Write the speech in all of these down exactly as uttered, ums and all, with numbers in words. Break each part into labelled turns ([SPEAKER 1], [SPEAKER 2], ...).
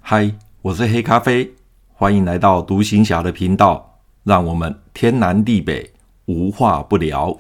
[SPEAKER 1] 嗨，我是黑咖啡，欢迎来到独行侠的频道，让我们天南地北无话不聊。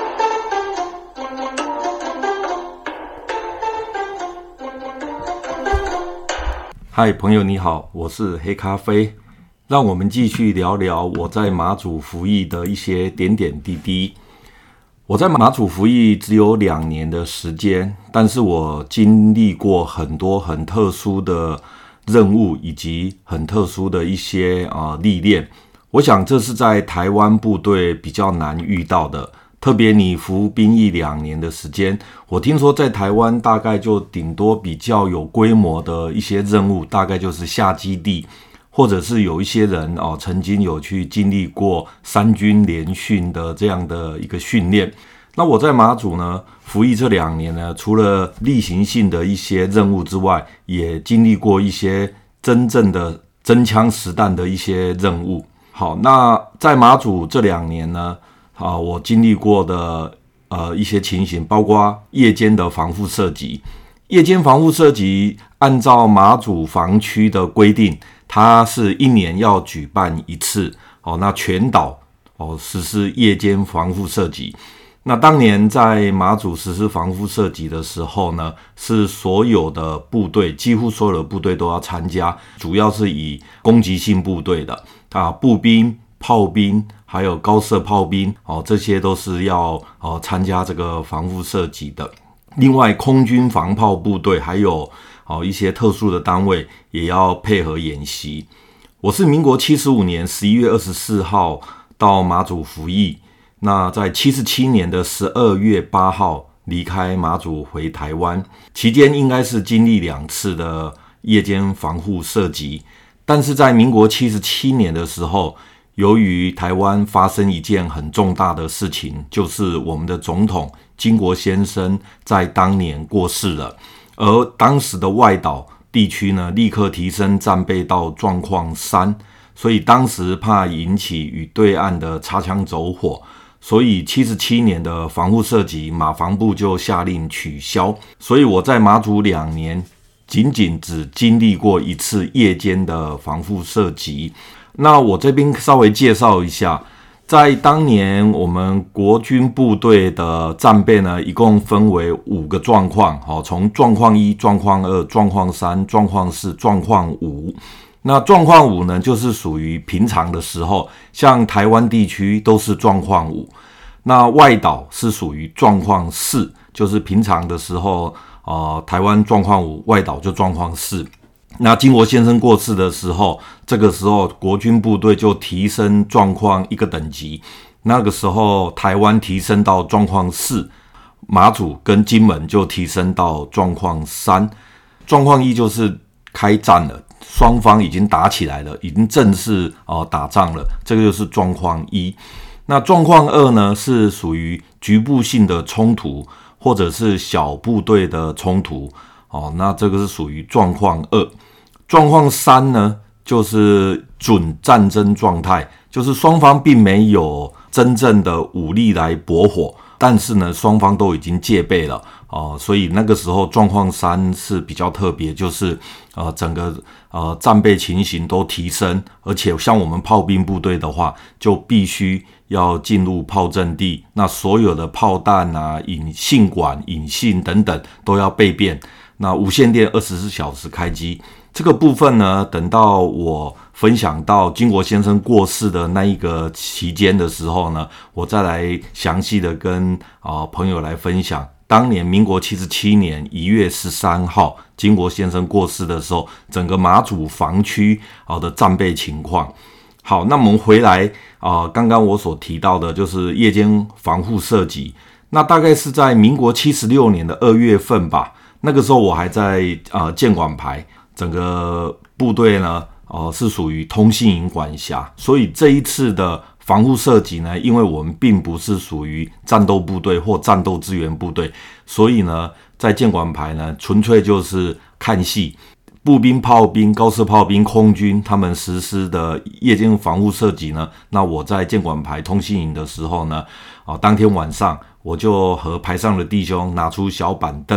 [SPEAKER 1] 嗨，朋友你好，我是黑咖啡，让我们继续聊聊我在马祖服役的一些点点滴滴。我在马祖服役只有两年的时间，但是我经历过很多很特殊的任务以及很特殊的一些呃历练。我想这是在台湾部队比较难遇到的，特别你服兵役两年的时间，我听说在台湾大概就顶多比较有规模的一些任务，大概就是下基地，或者是有一些人哦曾经有去经历过三军联训的这样的一个训练。那我在马祖呢服役这两年呢，除了例行性的一些任务之外，也经历过一些真正的真枪实弹的一些任务。好，那在马祖这两年呢，啊，我经历过的呃一些情形，包括夜间的防护射击。夜间防护射击按照马祖防区的规定，它是一年要举办一次，哦，那全岛哦实施夜间防护射击。那当年在马祖实施防护射击的时候呢，是所有的部队，几乎所有的部队都要参加，主要是以攻击性部队的啊，步兵、炮兵，还有高射炮兵，哦，这些都是要哦参加这个防护射击的。另外，空军防炮部队还有哦一些特殊的单位也要配合演习。我是民国七十五年十一月二十四号到马祖服役。那在七十七年的十二月八号离开马祖回台湾，期间应该是经历两次的夜间防护射击，但是在民国七十七年的时候，由于台湾发生一件很重大的事情，就是我们的总统经国先生在当年过世了，而当时的外岛地区呢，立刻提升战备到状况三，所以当时怕引起与对岸的擦枪走火，所以七十七年的防护射击，马防部就下令取消。所以我在马祖两年，仅仅只经历过一次夜间的防护射击。那我这边稍微介绍一下，在当年我们国军部队的战备呢，一共分为五个状况，从状况一、状况二、状况三、状况四、状况五。那状况五呢，就是属于平常的时候，像台湾地区都是状况五。那外岛是属于状况四，就是平常的时候，呃，台湾状况五，外岛就状况四。那经国先生过世的时候，这个时候国军部队就提升状况一个等级，那个时候台湾提升到状况四，马祖跟金门就提升到状况三。状况一就是开战了，双方已经打起来了，已经正式、呃、打仗了，这个就是状况一。那状况二呢，是属于局部性的冲突，或者是小部队的冲突，哦，那这个是属于状况二。状况三呢，就是准战争状态，就是双方并没有真正的武力来搏火，但是呢，双方都已经戒备了，哦，所以那个时候状况三是比较特别，就是呃整个呃战备情形都提升，而且像我们炮兵部队的话，就必须要进入炮阵地，那所有的炮弹啊、引信管、引信等等都要备变，那无线电二十四小时开机。这个部分呢，等到我分享到经国先生过世的那一个期间的时候呢，我再来详细的跟、呃、朋友来分享当年民国七十七年一月十三号经国先生过世的时候，整个马祖防区、呃、的战备情况。好，那我们回来啊、呃，刚刚我所提到的就是夜间防护射击，那大概是在民国七十六年的二月份吧，那个时候我还在呃建管排。整个部队呢，呃，是属于通信营管辖，所以这一次的防护射击呢，因为我们并不是属于战斗部队或战斗支援部队，所以呢，在建管排呢，纯粹就是看戏。步兵、炮兵、高射炮兵、空军他们实施的夜间防护射击呢，那我在建管排通信营的时候呢，啊，当天晚上我就和排上的弟兄拿出小板凳，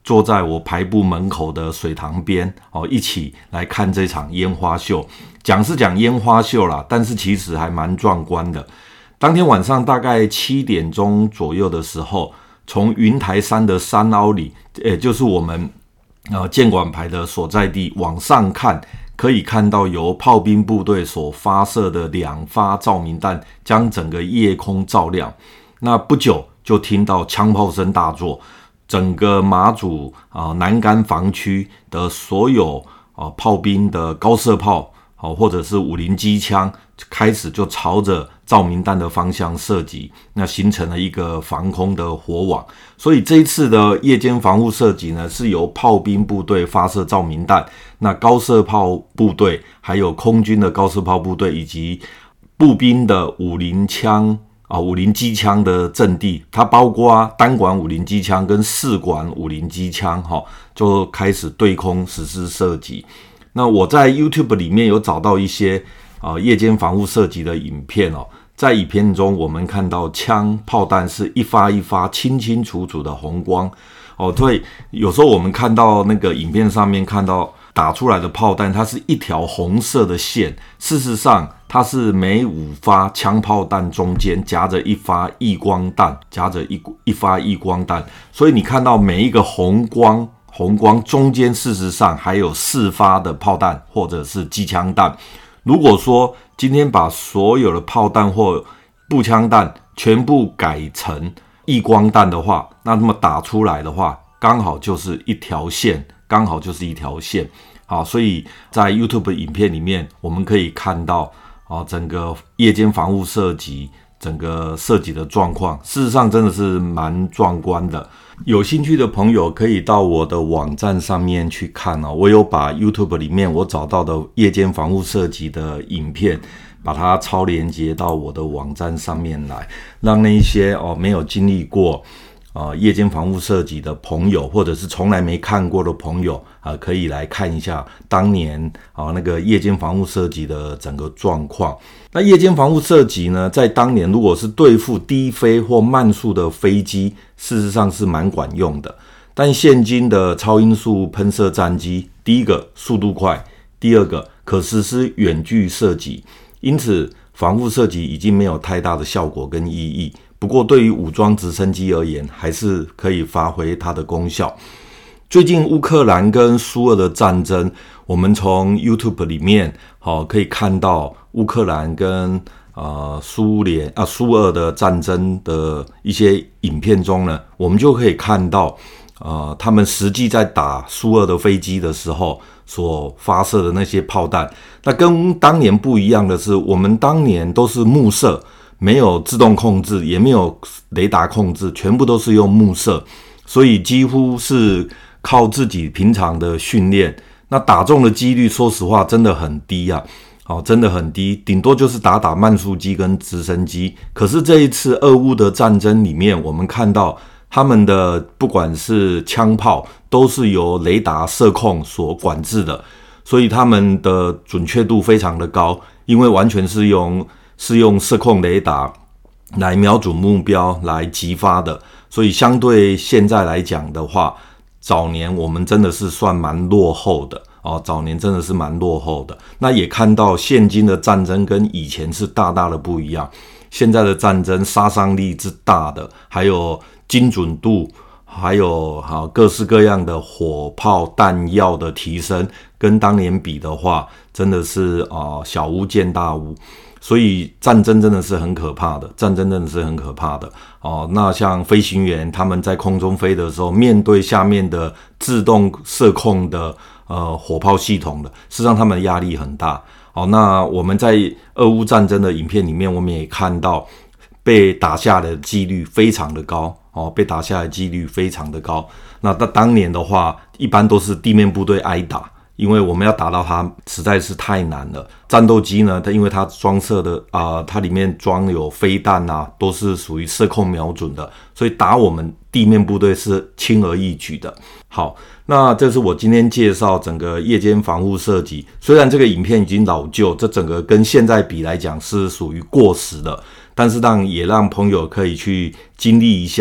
[SPEAKER 1] 坐在我排部门口的水塘边哦，一起来看这场烟花秀。讲是讲烟花秀啦，但是其实还蛮壮观的。当天晚上大概七点钟左右的时候，从云台山的山凹里，也就是我们呃建管排的所在地往上看，可以看到由炮兵部队所发射的两发照明弹将整个夜空照亮。那不久就听到枪炮声大作，整个马祖啊、呃、南竿防区的所有啊、呃、炮兵的高射炮、呃、或者是五零机枪开始就朝着照明弹的方向射击，那形成了一个防空的火网。所以这一次的夜间防护射击呢，是由炮兵部队发射照明弹，那高射炮部队还有空军的高射炮部队以及步兵的五零枪啊，五零机枪的阵地，它包括单管五零机枪跟四管五零机枪，哈，就开始对空实施射击。那我在 YouTube 里面有找到一些啊、呃、夜间防护射击的影片哦，在影片中我们看到枪炮弹是一发一发清清楚楚的红光哦，所以有时候我们看到那个影片上面看到打出来的炮弹，它是一条红色的线，事实上它是每五发枪炮弹中间夹着一发异光弹，夹着一一发异光弹，所以你看到每一个红光红光中间事实上还有四发的炮弹或者是机枪弹。如果说今天把所有的炮弹或步枪弹全部改成异光弹的话，那么打出来的话刚好就是一条线，刚好就是一条线。好，所以在 YouTube 影片里面我们可以看到啊，整个夜间防护射击整个射击的状况，事实上真的是蛮壮观的。有兴趣的朋友可以到我的网站上面去看哦，我有把 YouTube 里面我找到的夜间防护射击的影片，把它超连结到我的网站上面来，让那一些哦没有经历过呃夜间防护射击的朋友，或者是从来没看过的朋友啊、呃，可以来看一下当年啊、呃、那个夜间防护射击的整个状况。那夜间防护射击呢，在当年如果是对付低飞或慢速的飞机，事实上是蛮管用的。但现今的超音速喷射战机，第一个速度快，第二个可实施远距射击，因此防护射击已经没有太大的效果跟意义。不过对于武装直升机而言，还是可以发挥它的功效。最近乌克兰跟苏俄的战争，我们从 YouTube 里面、哦、可以看到乌克兰跟呃苏联啊苏俄的战争的一些影片中呢，我们就可以看到呃他们实际在打苏俄的飞机的时候所发射的那些炮弹。那跟当年不一样的是，我们当年都是目射，没有自动控制，也没有雷达控制，全部都是用目射，所以几乎是靠自己平常的训练，那打中的几率说实话真的很低啊，哦，真的很低，顶多就是打打慢速机跟直升机。可是这一次俄乌的战争里面，我们看到他们的不管是枪炮都是由雷达射控所管制的，所以他们的准确度非常的高，因为完全是用是用射控雷达来瞄准目标来击发的，所以相对现在来讲的话，早年我们真的是算蛮落后的哦，早年真的是蛮落后的。那也看到现今的战争跟以前是大大的不一样，现在的战争杀伤力之大的，还有精准度，还有好各式各样的火炮弹药的提升，跟当年比的话，真的是啊、呃、小巫见大巫。所以战争真的是很可怕的，战争真的是很可怕的哦。那像飞行员他们在空中飞的时候，面对下面的自动射控的呃火炮系统的，事实上他们的压力很大。哦，那我们在俄乌战争的影片里面，我们也看到被打下的几率非常的高哦，被打下的几率非常的高。那当年的话，一般都是地面部队挨打。因为我们要打到它实在是太难了。战斗机呢，它因为它装设的啊、呃，它里面装有飞弹啊，都是属于射控瞄准的，所以打我们地面部队是轻而易举的。好，那这是我今天介绍整个夜间防护射击。虽然这个影片已经老旧，这整个跟现在比来讲是属于过时的，但是让也让朋友可以去经历一下，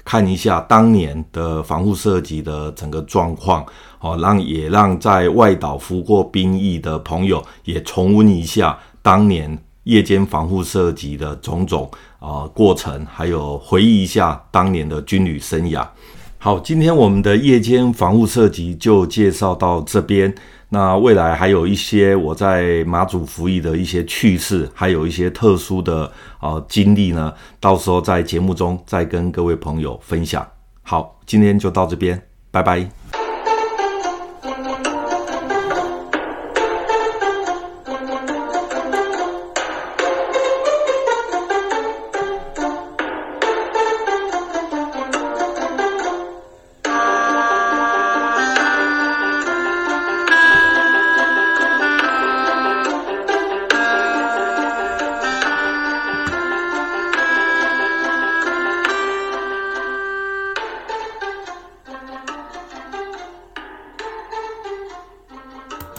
[SPEAKER 1] 看一下当年的防护射击的整个状况，哦，让也让在外岛服过兵役的朋友也重温一下当年夜间防护射击的种种啊、呃、过程，还有回忆一下当年的军旅生涯。好，今天我们的夜间防护射击就介绍到这边。那未来还有一些我在马祖服役的一些趣事，还有一些特殊的呃经历呢，到时候在节目中再跟各位朋友分享。好，今天就到这边，拜拜。